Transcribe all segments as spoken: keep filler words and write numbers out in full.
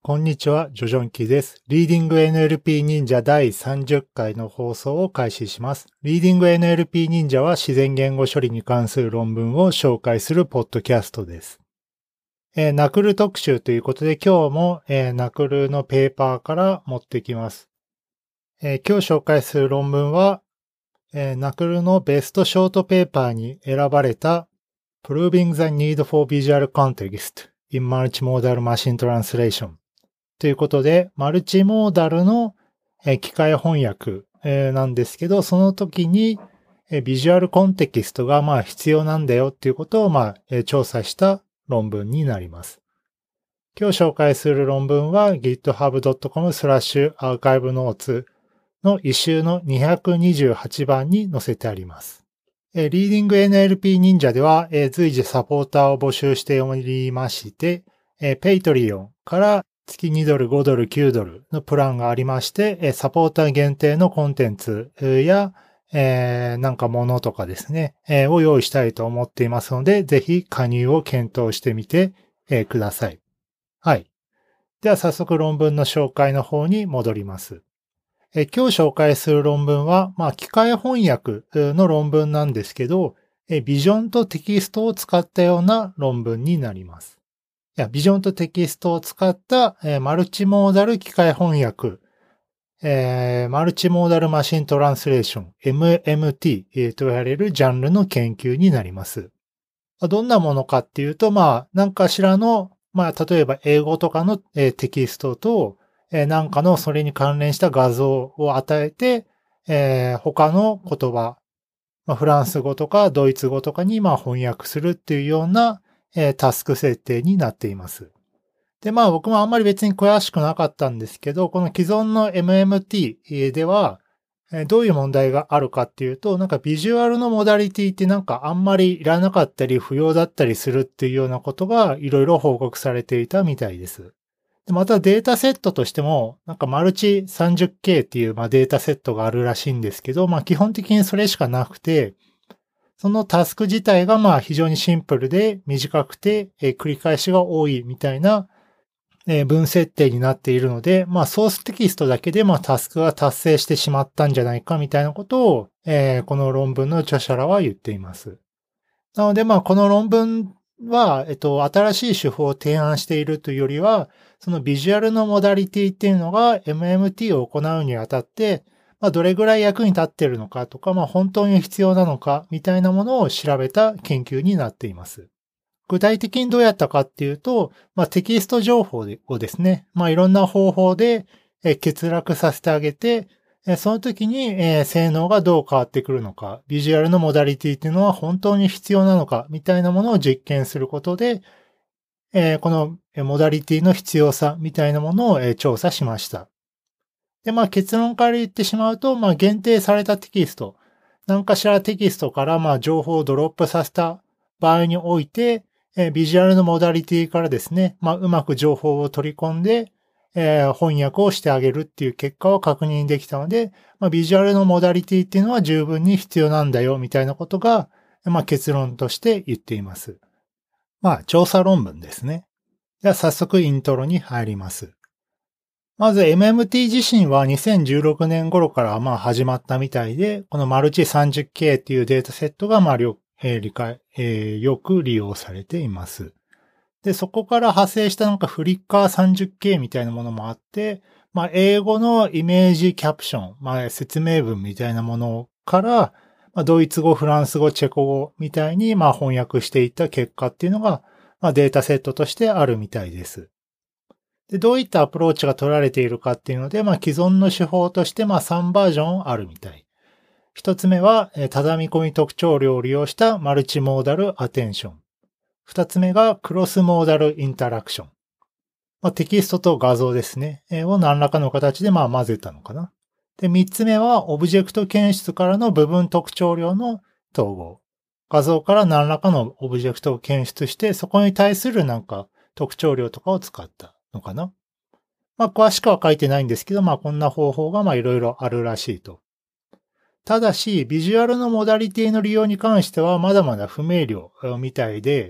こんにちは、ジョジョンキです。リーディング エヌエルピー 忍者だいさんじゅっかいの放送を開始します。リーディング エヌエルピー 忍者は自然言語処理に関する論文を紹介するポッドキャストです。えー、ナクル特集ということで今日も、えー、ナクルのペーパーから持ってきます。えー、今日紹介する論文は、えー、ナクルのベストショートペーパーに選ばれた Proving the Need for Visual Context in Multimodal Machine Translationということで、マルチモーダルの機械翻訳なんですけど、その時にビジュアルコンテキストがまあ必要なんだよっていうことをまあ調査した論文になります。今日紹介する論文は ギットハブドットコム スラッシュアーカイブノーツの一周のにひゃくにじゅうはちばんに載せてあります。リーディング エヌエルピー 忍者では随時サポーターを募集しておりまして、ペイトリオンから月にドル、ごドル、きゅうドルのプランがありまして、サポーター限定のコンテンツや、えー、なんか物とかですね、えー、を用意したいと思っていますので、ぜひ加入を検討してみて、えー、ください。はい。では早速論文の紹介の方に戻ります。えー、今日紹介する論文は、まあ、機械翻訳の論文なんですけど、えー、ビジョンとテキストを使ったような論文になります。いや、ビジョンとテキストを使った、えー、マルチモーダル機械翻訳、えー、マルチモーダルマシントランスレーション、エムエムティー と言われるジャンルの研究になります。どんなものかっていうと、まあ、何かしらの、まあ、例えば英語とかの、えー、テキストと、えー、なんかのそれに関連した画像を与えて、えー、他の言葉、まあ、フランス語とかドイツ語とかにまあ翻訳するっていうようなえー、タスク設定になっています。で、まあ僕もあんまり別に詳しくなかったんですけど、この既存の エムエムティー では、どういう問題があるかっていうと、なんかビジュアルのモダリティってなんかあんまりいらなかったり不要だったりするっていうようなことがいろいろ報告されていたみたいです。でまたデータセットとしても、なんかマルチ スリーゼロケー っていうまあデータセットがあるらしいんですけど、まあ基本的にそれしかなくて、そのタスク自体がまあ非常にシンプルで短くて、えー、繰り返しが多いみたいな、えー、文設定になっているので、まあソーステキストだけでまあタスクが達成してしまったんじゃないかみたいなことを、えー、この論文の著者らは言っています。なのでまあこの論文は、えっと、新しい手法を提案しているというよりは、そのビジュアルのモダリティっていうのが エムエムティー を行うにあたって、まあ、どれぐらい役に立っているのかとか、まあ、本当に必要なのかみたいなものを調べた研究になっています。具体的にどうやったかっていうと、まあ、テキスト情報をですね、まあ、いろんな方法で欠落させてあげて、その時に性能がどう変わってくるのか、ビジュアルのモダリティっていうのは本当に必要なのかみたいなものを実験することで、このモダリティの必要さみたいなものを調査しました。で、まあ結論から言ってしまうと、まあ限定されたテキスト、何かしらテキストからまあ情報をドロップさせた場合において、えー、ビジュアルのモダリティからですね、まあうまく情報を取り込んで、えー、翻訳をしてあげるっていう結果を確認できたので、まあビジュアルのモダリティっていうのは十分に必要なんだよみたいなことが、まあ結論として言っています。まあ調査論文ですね。では早速イントロに入ります。まず エムエムティー 自身はにせんじゅうろくねん頃からまあ始まったみたいで、このマルチ スリーゼロケー っていうデータセットがまあよ、えー、理解、えー、よく利用されています。で、そこから派生したなんかフリッカー スリーゼロケー みたいなものもあって、まあ英語のイメージキャプション、まあ説明文みたいなものから、まあ、ドイツ語、フランス語、チェコ語みたいにまあ翻訳していった結果っていうのが、まあデータセットとしてあるみたいです。で、どういったアプローチが取られているかっていうので、まあ既存の手法としてまあさんバージョンあるみたい。一つ目は、畳み込み特徴量を利用したマルチモーダルアテンション。二つ目がクロスモーダルインタラクション。まあ、テキストと画像ですね。を何らかの形でまあ混ぜたのかな。で、三つ目はオブジェクト検出からの部分特徴量の統合。画像から何らかのオブジェクトを検出して、そこに対するなんか特徴量とかを使った。のかな。まあ、詳しくは書いてないんですけど、まあ、こんな方法がまあいろいろあるらしいと。ただし、ビジュアルのモダリティの利用に関してはまだまだ不明瞭みたいで、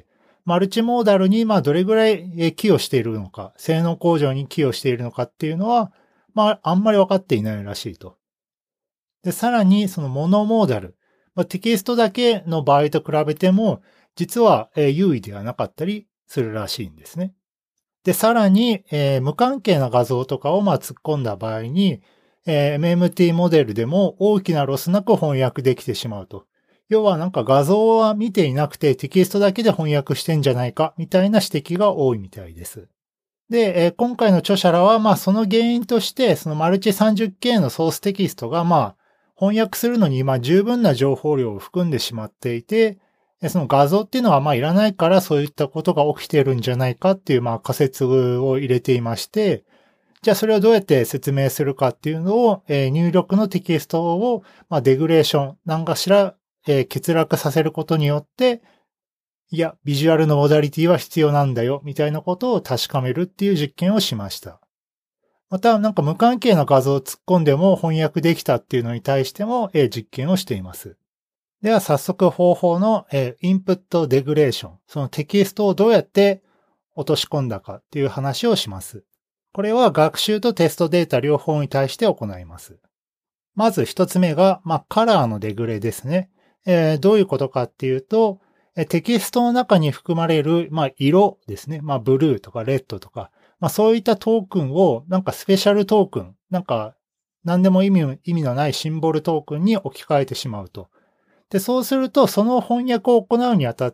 マルチモーダルにまあどれぐらい寄与しているのか、性能向上に寄与しているのかっていうのは、まああんまり分かっていないらしいと。で、さらにそのモノモーダル、まあ、テキストだけの場合と比べても、実は優位ではなかったりするらしいんですね。で、さらに、えー、無関係な画像とかをまあ突っ込んだ場合に、えー、エムエムティー モデルでも大きなロスなく翻訳できてしまうと。要はなんか画像は見ていなくてテキストだけで翻訳してんじゃないかみたいな指摘が多いみたいです。で、えー、今回の著者らはまあその原因としてそのマルチ さんじゅっケー のソーステキストがまあ翻訳するのにまあ十分な情報量を含んでしまっていて、その画像っていうのはまあいらないからそういったことが起きているんじゃないかっていうまあ仮説を入れていまして、じゃあそれをどうやって説明するかっていうのを、えー、入力のテキストをまあデグレーション、何かしら、えー、欠落させることによって、いや、ビジュアルのモダリティは必要なんだよ、みたいなことを確かめるっていう実験をしました。また、なんか無関係な画像を突っ込んでも翻訳できたっていうのに対しても、えー、実験をしています。では早速方法の、えー、インプットデグレーション、そのテキストをどうやって落とし込んだかっていう話をします。これは学習とテストデータ両方に対して行います。まず一つ目が、まあ、カラーのデグレですね。えー、どういうことかっていうと、テキストの中に含まれる、まあ、色ですね。まあ、ブルーとかレッドとか、まあ、そういったトークンを、なんかスペシャルトークン、なんか、何でも意味、意味のないシンボルトークンに置き換えてしまうと。で、そうすると、その翻訳を行うにあたって、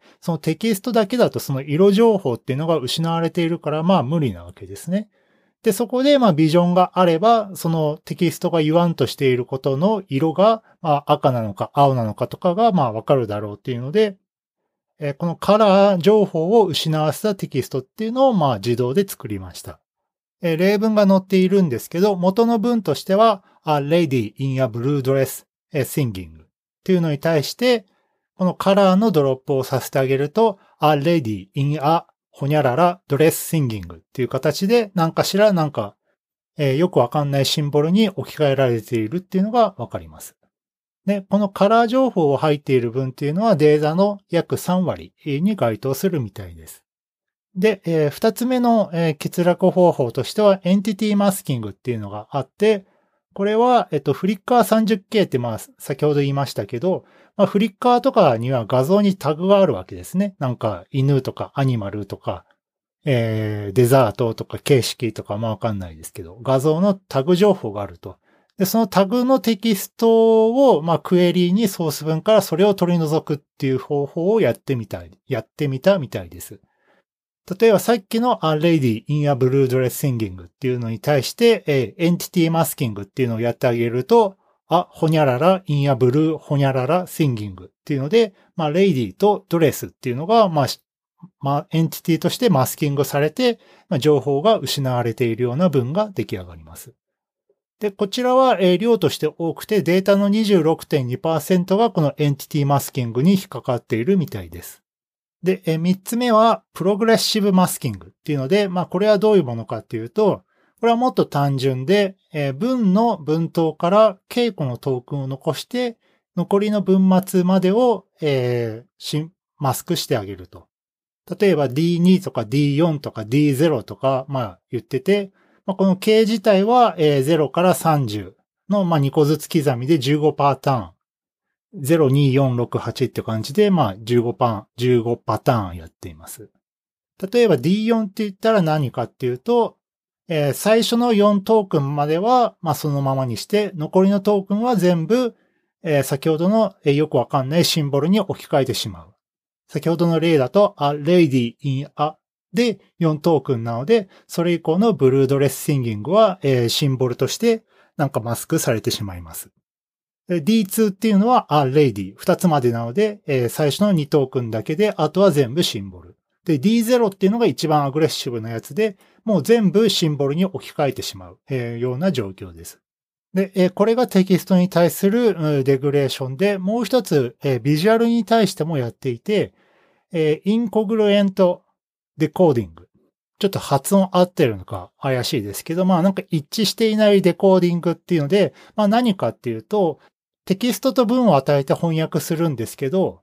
そのテキストだけだとその色情報っていうのが失われているから、まあ無理なわけですね。で、そこで、まあビジョンがあれば、そのテキストが言わんとしていることの色が、まあ赤なのか青なのかとかが、まあわかるだろうっていうので、えー、このカラー情報を失わせたテキストっていうのを、まあ自動で作りました。えー、例文が載っているんですけど、元の文としては、A lady in a blue dress singing。っていうのに対して、このカラーのドロップをさせてあげると、a lady in a ほにゃらら dress singing っていう形で何かしらなんか、えー、よくわかんないシンボルに置き換えられているっていうのがわかります。で、このカラー情報を入っている分っていうのはデータの約さんわりに該当するみたいです。で、えー、二つ目の、えー、欠落方法としてはエンティティマスキングっていうのがあって、これは、えっと、フリッカー さんじゅっケー ってまあ、先ほど言いましたけど、まあ、フリッカーとかには画像にタグがあるわけですね。なんか、犬とかアニマルとか、えー、デザートとか形式とかまあわかんないですけど、画像のタグ情報があると。で、そのタグのテキストを、まあ、クエリーにソース文からそれを取り除くっていう方法をやってみたい、やってみたみたいです。例えばさっきの A Lady in a Blue Dress Singing っていうのに対して、えー、Entity Masking っていうのをやってあげると、あ、ほにゃらら in a blue ほにゃらら singing っていうので、まあ、Lady と Dress っていうのが、まあ、まあ、エンティティとしてマスキングされて、まあ、情報が失われているような文が出来上がります。で、こちらは、えー、量として多くてデータの にじゅうろくてんにパーセント がこのエンティティマスキングに引っかかっているみたいです。で、えー、みっつめはプログレッシブマスキングっていうので、まあこれはどういうものかっていうと、これはもっと単純で、えー、文の文頭から稽古のトークンを残して、残りの文末までを、えー、マスクしてあげると。例えば ディーに とか ディーよん とか ディーゼロ とか、まあ言ってて、まあ、この形自体はゼロからさんじゅうのまあにこずつ刻みでじゅうごパターン。ゼロ、に、よん、ろく、はちって感じで、まあじゅうごパ、じゅうごパターンやっています。例えば ディーよん って言ったら何かっていうと、えー、最初のよんトークンまでは、まあそのままにして、残りのトークンは全部、えー、先ほどの、えー、よくわかんないシンボルに置き換えてしまう。先ほどの例だと、a lady in a でよんトークンなので、それ以降のブルードレスシンギングは、えー、シンボルとしてなんかマスクされてしまいます。ディーツー っていうのは a lady 二つまでなので、えー、最初のにトークンだけで、あとは全部シンボル。で、ディーゼロ っていうのが一番アグレッシブなやつで、もう全部シンボルに置き換えてしまう、えー、ような状況です。で、えー、これがテキストに対するデグレーションで、もう一つ、えー、ビジュアルに対してもやっていて、えー、インコグルエントデコーディング。ちょっと発音合ってるのか怪しいですけど、まあなんか一致していないデコーディングっていうので、まあ何かっていうと、テキストと文を与えて翻訳するんですけど、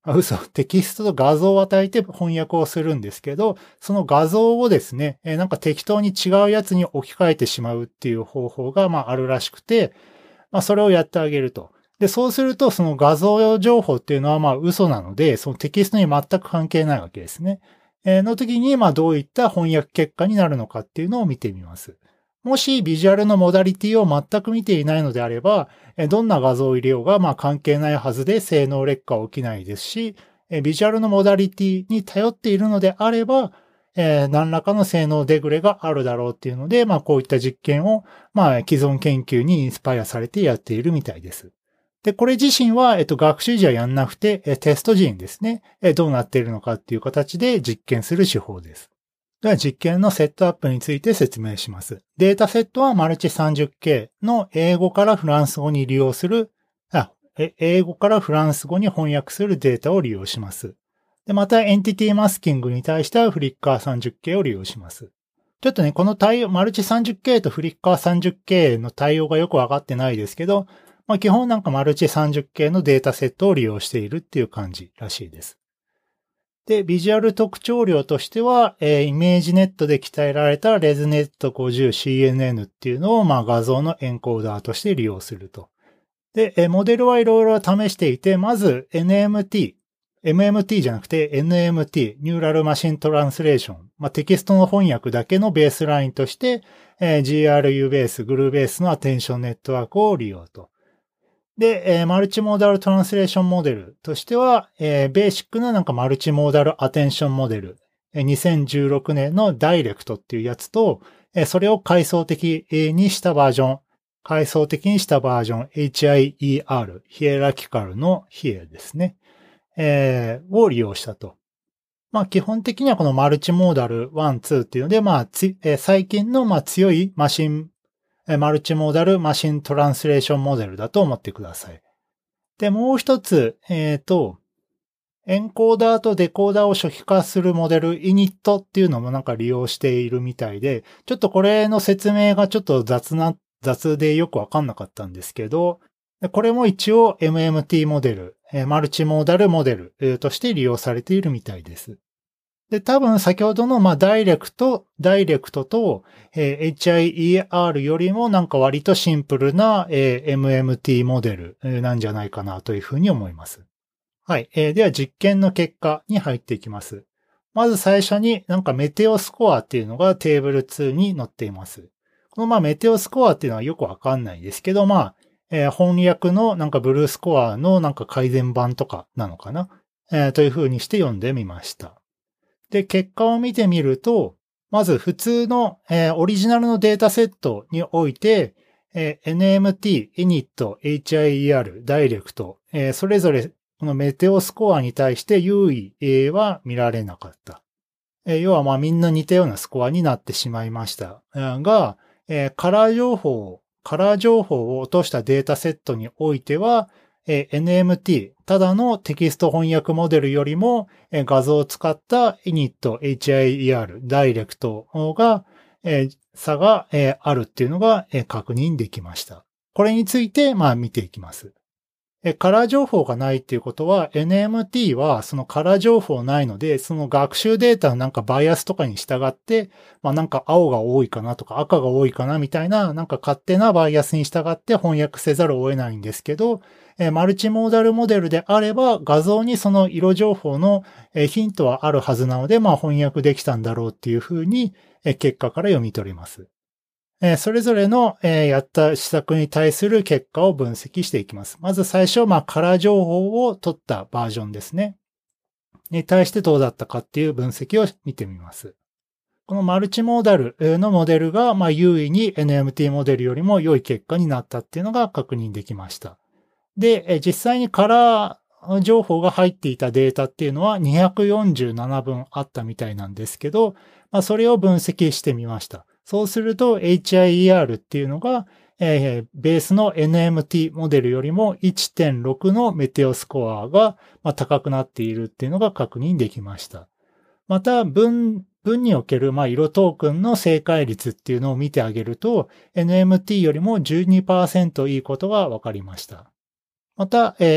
あ、嘘、テキストと画像を与えて翻訳をするんですけど、その画像をですね、えーなんか適当に違うやつに置き換えてしまうっていう方法が、まあ、あるらしくて、まあ、それをやってあげると。で、そうすると、その画像情報っていうのは、まあ、嘘なので、そのテキストに全く関係ないわけですね。えーの時に、まあ、どういった翻訳結果になるのかっていうのを見てみます。もし、ビジュアルのモダリティを全く見ていないのであれば、どんな画像を入れようが、まあ、関係ないはずで性能劣化は起きないですし、ビジュアルのモダリティに頼っているのであれば、えー、何らかの性能デグレがあるだろうっていうので、まあこういった実験を、まあ既存研究にインスパイアされてやっているみたいです。で、これ自身は、えっと、学習時はやんなくて、えテスト時にですね、えどうなっているのかっていう形で実験する手法です。では実験のセットアップについて説明します。データセットはマルチ さんじゅっケー の英語からフランス語に利用する、あ、英語からフランス語に翻訳するデータを利用します。で、また、エンティティマスキングに対してはフリッカー さんじゅっケー を利用します。ちょっとね、この対応、マルチ さんじゅっケー とフリッカー さんじゅっケー の対応がよくわかってないですけど、まあ基本なんかマルチ さんじゅっケー のデータセットを利用しているっていう感じらしいです。で、ビジュアル特徴量としては、えー、イメージネットで鍛えられた レズネットごじゅうシーエヌエヌ っていうのを、まあ画像のエンコーダーとして利用すると。で、えー、モデルはいろいろ試していて、まず エヌエムティー、エムエムティー じゃなくて エヌエムティー、ニューラルマシントランスレーション。まあ、テキストの翻訳だけのベースラインとして、えー、ジーアールユー ベース、グルーベースのアテンションネットワークを利用と。で、えー、マルチモーダルトランスレーションモデルとしては、えー、ベーシックななんかマルチモーダルアテンションモデル。にせんじゅうろくねんのダイレクトっていうやつと、えー、それを階層的にしたバージョン。階層的にしたバージョン エイチアイイーアール、ヒエラキカルのヒエですね。えー、を利用したと。まあ基本的にはこのマルチモーダルいち、にっていうので、まあつ、えー、最近のまあ強いマシン、えー、マルチモーダルマシントランスレーションモデルだと思ってください。で、もう一つ、えっと、エンコーダーとデコーダーを初期化するモデル イニット っていうのもなんか利用しているみたいで、ちょっとこれの説明がちょっと雑な、雑でよくわかんなかったんですけど、これも一応 エムエムティー モデル、マルチモーダルモデルとして利用されているみたいです。で、多分先ほどのまあダイレクト、ダイレクトと エイチアイイーアール よりもなんか割とシンプルな エムエムティー モデルなんじゃないかなというふうに思います。はい。では実験の結果に入っていきます。まず最初になんかメテオスコアっていうのがテーブルツーに載っています。このまあメテオスコアっていうのはよくわかんないですけど、まあえー、翻訳のなんかブルースコアのなんか改善版とかなのかな、えー、という風にして読んでみました。で、結果を見てみると、まず普通の、えー、オリジナルのデータセットにおいて、えー、エヌエムティー、イニット、エイチアイイーアール、ダイレクト、えー、それぞれこのメテオスコアに対して優位は見られなかった。えー、要はまあみんな似たようなスコアになってしまいました。が、えー、カラー情報をカラー情報を落としたデータセットにおいては、エヌエムティー、ただのテキスト翻訳モデルよりも画像を使った イニット、エイチアイイーアール、ダイレクトが、差があるっていうのが確認できました。これについてまあ見ていきます。カラー情報がないっていうことは エヌエムティー はそのカラー情報ないので、その学習データのなんかバイアスとかに従って、まあなんか青が多いかなとか赤が多いかなみたいななんか勝手なバイアスに従って翻訳せざるを得ないんですけど、マルチモーダルモデルであれば画像にその色情報のヒントはあるはずなので、まあ翻訳できたんだろうっていうふうに結果から読み取れます。それぞれのやった施策に対する結果を分析していきます。まず最初、まあ、カラー情報を取ったバージョンですね。に対してどうだったかっていう分析を見てみます。このマルチモーダルのモデルが、まあ、優位に エヌエムティー モデルよりも良い結果になったっていうのが確認できました。で、実際にカラー情報が入っていたデータっていうのはにひゃくよんじゅうななぶんあったみたいなんですけど、まあ、それを分析してみました。そうすると エイチアイイーアール っていうのが、えー、ベースの エヌエムティー モデルよりも いってんろく のメテオスコアが、まあ、高くなっているっていうのが確認できました。また、文、文における、まあ、色トークンの正解率っていうのを見てあげると、エヌエムティー よりも じゅうにパーセント いいことが分かりました。また、えー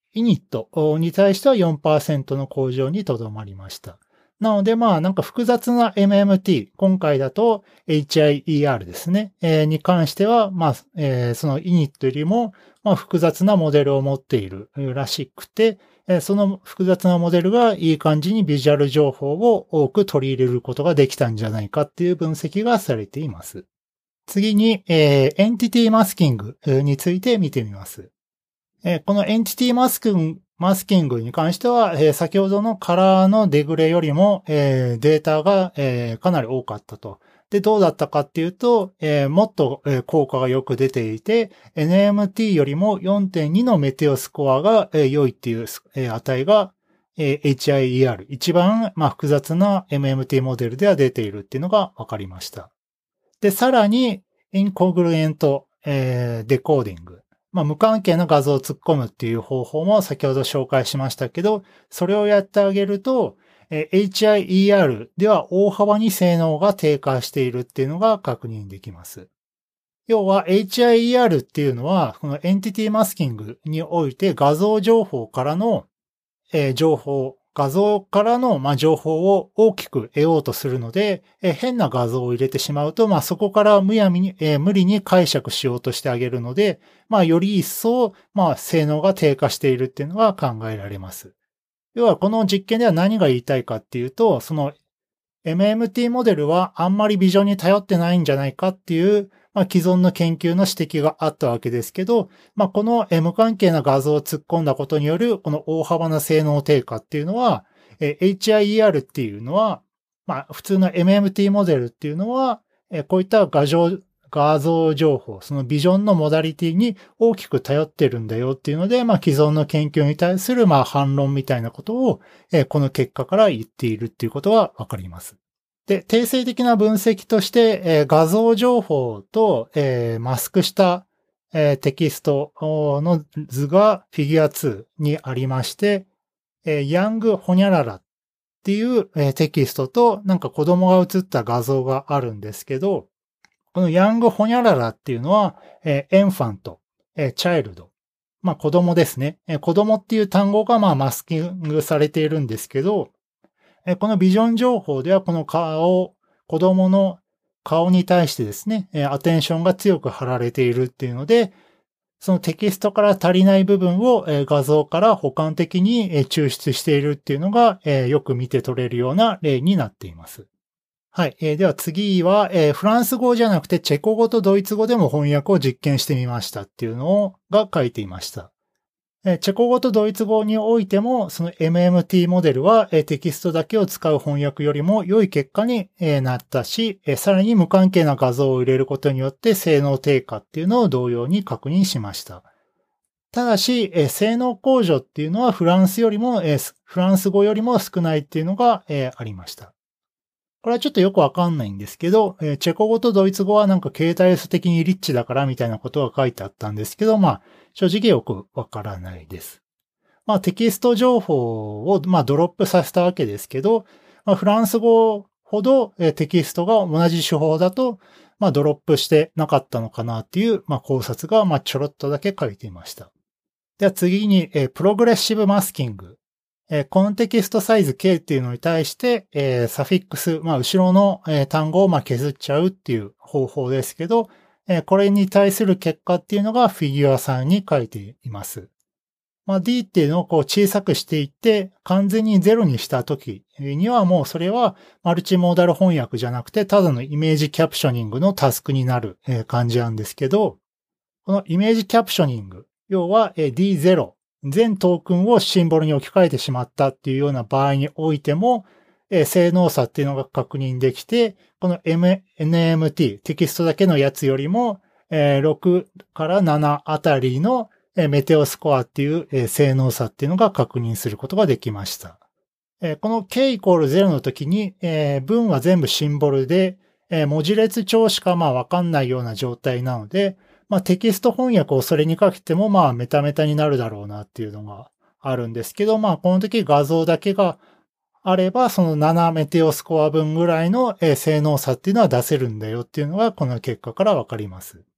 イニットに対しては よんパーセント の向上にとどまりました。なので、まあ、なんか複雑な エムエムティー、今回だと エイチアイイーアール ですね、えー、に関しては、まあ、えー、そのイニットよりも、まあ、複雑なモデルを持っているらしくて、えー、その複雑なモデルがいい感じにビジュアル情報を多く取り入れることができたんじゃないかっていう分析がされています。次に、えー、エンティティマスキングについて見てみます。えー、このエンティティマスクマスキングに関しては、えー、先ほどのカラーのデグレよりも、えー、データが、えー、かなり多かったと。で、どうだったかっていうと、えー、もっと、えー、効果がよく出ていて、エヌエムティー よりも よんてんに のメテオスコアが、えー、良いっていう、えー、値が、えー、エイチアイイーアール、一番、まあ、複雑な エムエムティー モデルでは出ているっていうのが分かりました。で、さらに、インコグルエント、えー、デコーディング。まあ、無関係な画像を突っ込むっていう方法も先ほど紹介しましたけど、それをやってあげると、えー、エイチアイイーアール では大幅に性能が低下しているっていうのが確認できます。要は エイチアイイーアール っていうのは、このエンティティマスキングにおいて画像情報からの、えー、情報、画像からの、まあ、情報を大きく得ようとするので、えー、変な画像を入れてしまうと、まあ、そこからむやみに、えー、無理に解釈しようとしてあげるので、まあ、より一層、まあ、性能が低下しているっていうのが考えられます。要は、この実験では何が言いたいかっていうと、その エムエムティー モデルはあんまりビジョンに頼ってないんじゃないかっていう、まあ、既存の研究の指摘があったわけですけど、まあ、この無関係な画像を突っ込んだことによるこの大幅な性能低下っていうのは、エイチアイイーアール っていうのは、まあ、普通の エムエムティー モデルっていうのは、こういった画像、画像情報、そのビジョンのモダリティに大きく頼ってるんだよっていうので、まあ、既存の研究に対する、まあ、反論みたいなことを、この結果から言っているっていうことはわかります。で、定性的な分析として、えー、画像情報と、えー、マスクした、えー、テキストの図がフィギュアツーにありまして、えー、ヤングホニャララっていう、えー、テキストとなんか子供が写った画像があるんですけど、このヤングホニャララっていうのは、えー、エンファント、えー、チャイルド。まあ子供ですね。えー、子供っていう単語がまあマスキングされているんですけど、このビジョン情報ではこの顔、子供の顔に対してですね、アテンションが強く貼られているっていうので、そのテキストから足りない部分を画像から補完的に抽出しているっていうのがよく見て取れるような例になっています。はい。では次はフランス語じゃなくてチェコ語とドイツ語でも翻訳を実験してみましたっていうのが書いていました。チェコ語とドイツ語においても、その エムエムティー モデルはテキストだけを使う翻訳よりも良い結果になったし、さらに無関係な画像を入れることによって性能低下っていうのを同様に確認しました。ただし、性能向上っていうのはフランスよりも、フランス語よりも少ないっていうのがありました。これはちょっとよくわかんないんですけど、チェコ語とドイツ語はなんか形態素的にリッチだからみたいなことが書いてあったんですけど、まあ、正直よくわからないです。まあテキスト情報をまあドロップさせたわけですけど、まあ、フランス語ほどテキストが同じ手法だとまあドロップしてなかったのかなっていうまあ考察がまあちょろっとだけ書いていました。では次にプログレッシブマスキング。コンテキストサイズ K っていうのに対してサフィックス、まあ後ろの単語をまあ削っちゃうっていう方法ですけど、これに対する結果っていうのがフィギュアさんに書いています。まあ、D っていうのをこう小さくしていって、完全にゼロにしたときにはもうそれはマルチモーダル翻訳じゃなくて、ただのイメージキャプショニングのタスクになる感じなんですけど、このイメージキャプショニング、要は ディーゼロ、全トークンをシンボルに置き換えてしまったっていうような場合においても、性能差っていうのが確認できて、この エヌエムティー、テキストだけのやつよりも、ろくからななあたりのメテオスコアっていう性能差っていうのが確認することができました。この K イコールゼロの時に文は全部シンボルで文字列帳しかまあわかんないような状態なので、まあ、テキスト翻訳をそれにかけてもまあメタメタになるだろうなっていうのがあるんですけど、まあこの時画像だけがあればそのななメテオスコア分ぐらいの性能差っていうのは出せるんだよっていうのがこの結果からわかります。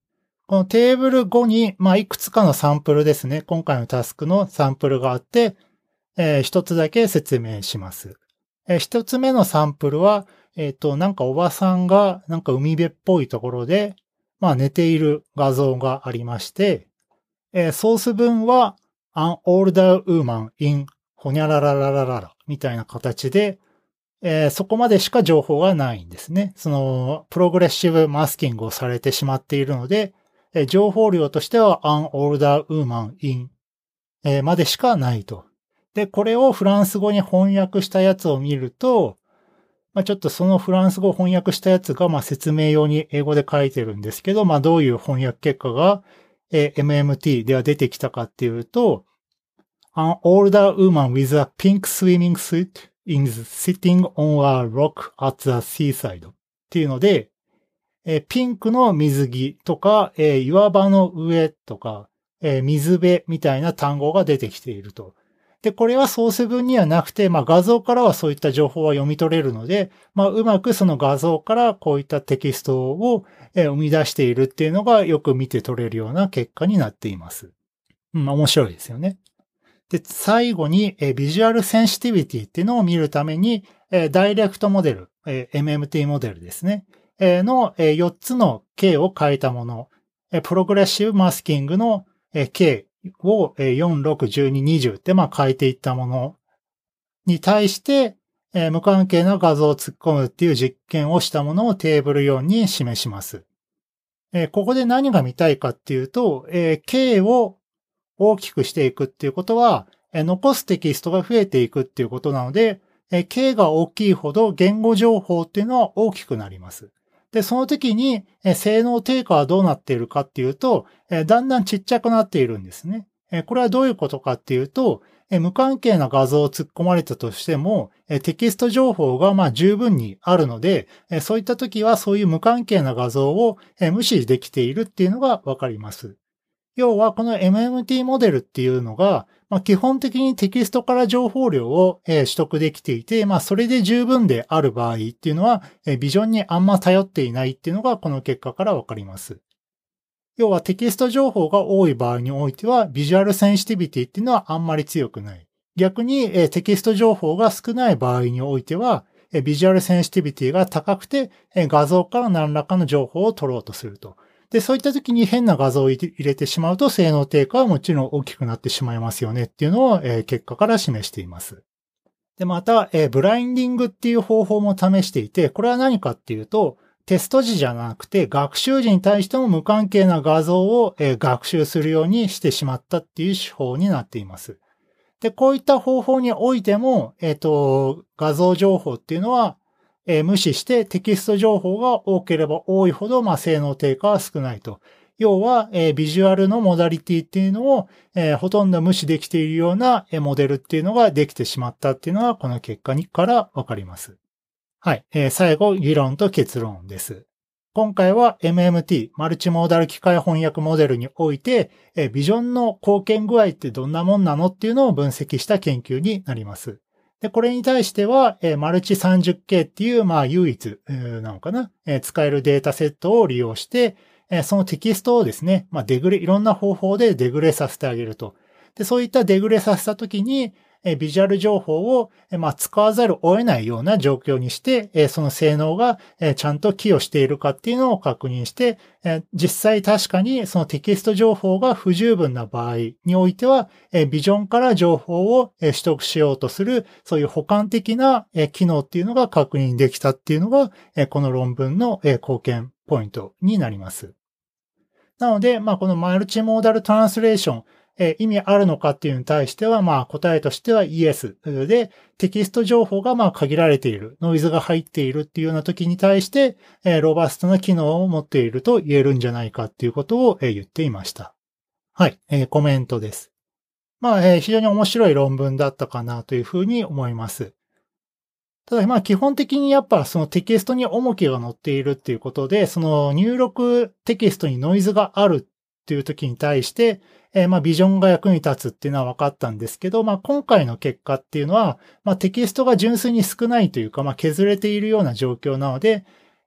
このテーブルごに、まあ、いくつかのサンプルですね。今回のタスクのサンプルがあって、えー、一つだけ説明します。えー、一つ目のサンプルは、えっと、なんかおばさんが、なんか海辺っぽいところで、まあ、寝ている画像がありまして、えー、ソース文は、an older woman in ほにゃららららららみたいな形で、えー、そこまでしか情報がないんですね。その、プログレッシブマスキングをされてしまっているので、えー、情報量としては an older woman in、えー、までしかないと。で、これをフランス語に翻訳したやつを見ると、まあ、ちょっとそのフランス語を翻訳したやつが、まあ、説明用に英語で書いてるんですけど、まあ、どういう翻訳結果が、えー、エムエムティー では出てきたかっていうと、an older woman with a pink swimming suit is sitting on a rock at the seaside っていうので、えー、ピンクの水着とか、えー、岩場の上とか、えー、水辺みたいな単語が出てきていると。で、これはソース文にはなくて、まあ画像からはそういった情報は読み取れるので、まあうまくその画像からこういったテキストを生み出しているっていうのがよく見て取れるような結果になっています。うん、面白いですよね。で、最後にビジュアルセンシティビティっていうのを見るために、ダイレクトモデル、エムエムティー モデルですね、のよっつの K を変えたもの、プログレッシブマスキングの K をよん、ろく、じゅうに、にじゅうってまあ変えていったものに対して、無関係な画像を突っ込むっていう実験をしたものをテーブルよんに示します。ここで何が見たいかっていうと、K を大きくしていくっていうことは、残すテキストが増えていくっていうことなので、K が大きいほど言語情報っていうのは大きくなります。で、その時に性能低下はどうなっているかっていうと、だんだんちっちゃくなっているんですね。これはどういうことかっていうと、無関係な画像を突っ込まれたとしても、テキスト情報がまあ十分にあるので、そういった時はそういう無関係な画像を無視できているっていうのがわかります。要はこの エムエムティー モデルっていうのが、まあ、基本的にテキストから情報量を取得できていて、まあそれで十分である場合っていうのは、ビジョンにあんま頼っていないっていうのがこの結果からわかります。要はテキスト情報が多い場合においては、ビジュアルセンシティビティっていうのはあんまり強くない。逆にテキスト情報が少ない場合においては、ビジュアルセンシティビティが高くて、画像から何らかの情報を取ろうとすると。で、そういった時に変な画像を入れてしまうと性能低下はもちろん大きくなってしまいますよねっていうのを、えー、結果から示しています。で、また、えー、ブラインディングっていう方法も試していて、これは何かっていうと、テスト時じゃなくて学習時に対しても無関係な画像を、えー、学習するようにしてしまったっていう手法になっています。で、こういった方法においても、えっと、画像情報っていうのは、えー、無視してテキスト情報が多ければ多いほど、まあ、性能低下は少ないと。要は、えー、ビジュアルのモダリティっていうのを、えー、ほとんど無視できているようなモデルっていうのができてしまったっていうのがこの結果にからわかります。はい、えー。最後、議論と結論です。今回は エムエムティー、マルチモーダル機械翻訳モデルにおいて、えー、ビジョンの貢献具合ってどんなもんなのっていうのを分析した研究になります。で、これに対しては、えー、マルチ さんじゅっケー っていう、まあ、唯一、えー、なのかな、えー、使えるデータセットを利用して、えー、そのテキストをですね、まあ、デグレ、いろんな方法でデグレさせてあげると。で、そういったデグレさせたときに、えー、ビジュアル情報を、えー、まあ、使わざるを得ないような状況にして、えー、その性能が、えー、ちゃんと寄与しているかっていうのを確認して、えー、実際確かにそのテキスト情報が不十分な場合においては、えー、ビジョンから情報を、えー、取得しようとする、そういう補完的な、えー、機能っていうのが確認できたっていうのが、えー、この論文の、えー、貢献ポイントになります。なので、まあ、このマルチモーダルトランスレーション、えー、意味あるのかっていうのに対しては、まあ、答えとしてはイエスで、テキスト情報がまあ限られている、ノイズが入っているっていうような時に対して、えー、ロバストな機能を持っていると言えるんじゃないかっていうことを、えー、言っていました。はい、えー、コメントです。まあ、えー、非常に面白い論文だったかなというふうに思います。ただ、まあ、基本的にやっぱそのテキストに重きが乗っているっていうことで、その入力テキストにノイズがあるっていう時に対して、えー、まあ、ビジョンが役に立つっていうのは分かったんですけど、まあ、今回の結果っていうのは、まあ、テキストが純粋に少ないというか、まあ、削れているような状況なので、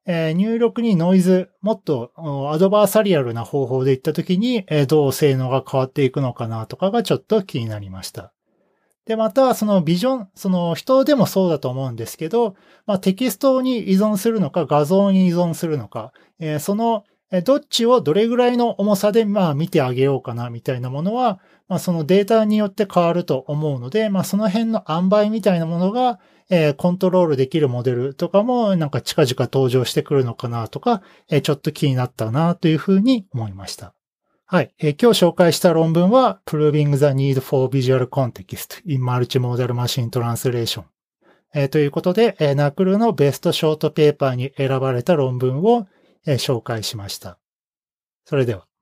えー、入力にノイズ、もっとアドバーサリアルな方法でいったときに、えー、どう性能が変わっていくのかなとかがちょっと気になりました。で、また、そのビジョン、その人でもそうだと思うんですけど、まあ、テキストに依存するのか、画像に依存するのか、えー、その、どっちをどれぐらいの重さで、まあ、見てあげようかな、みたいなものは、まあ、そのデータによって変わると思うので、まあ、その辺の塩梅みたいなものが、えー、コントロールできるモデルとかも、なんか近々登場してくるのかなとか、えー、ちょっと気になったな、というふうに思いました。はい、えー。今日紹介した論文は Proving the Need for Visual Context in Multimodal Machine Translation、えー、ということで、えー、ナクルのベストショートペーパーに選ばれた論文を、えー、紹介しました。それでは。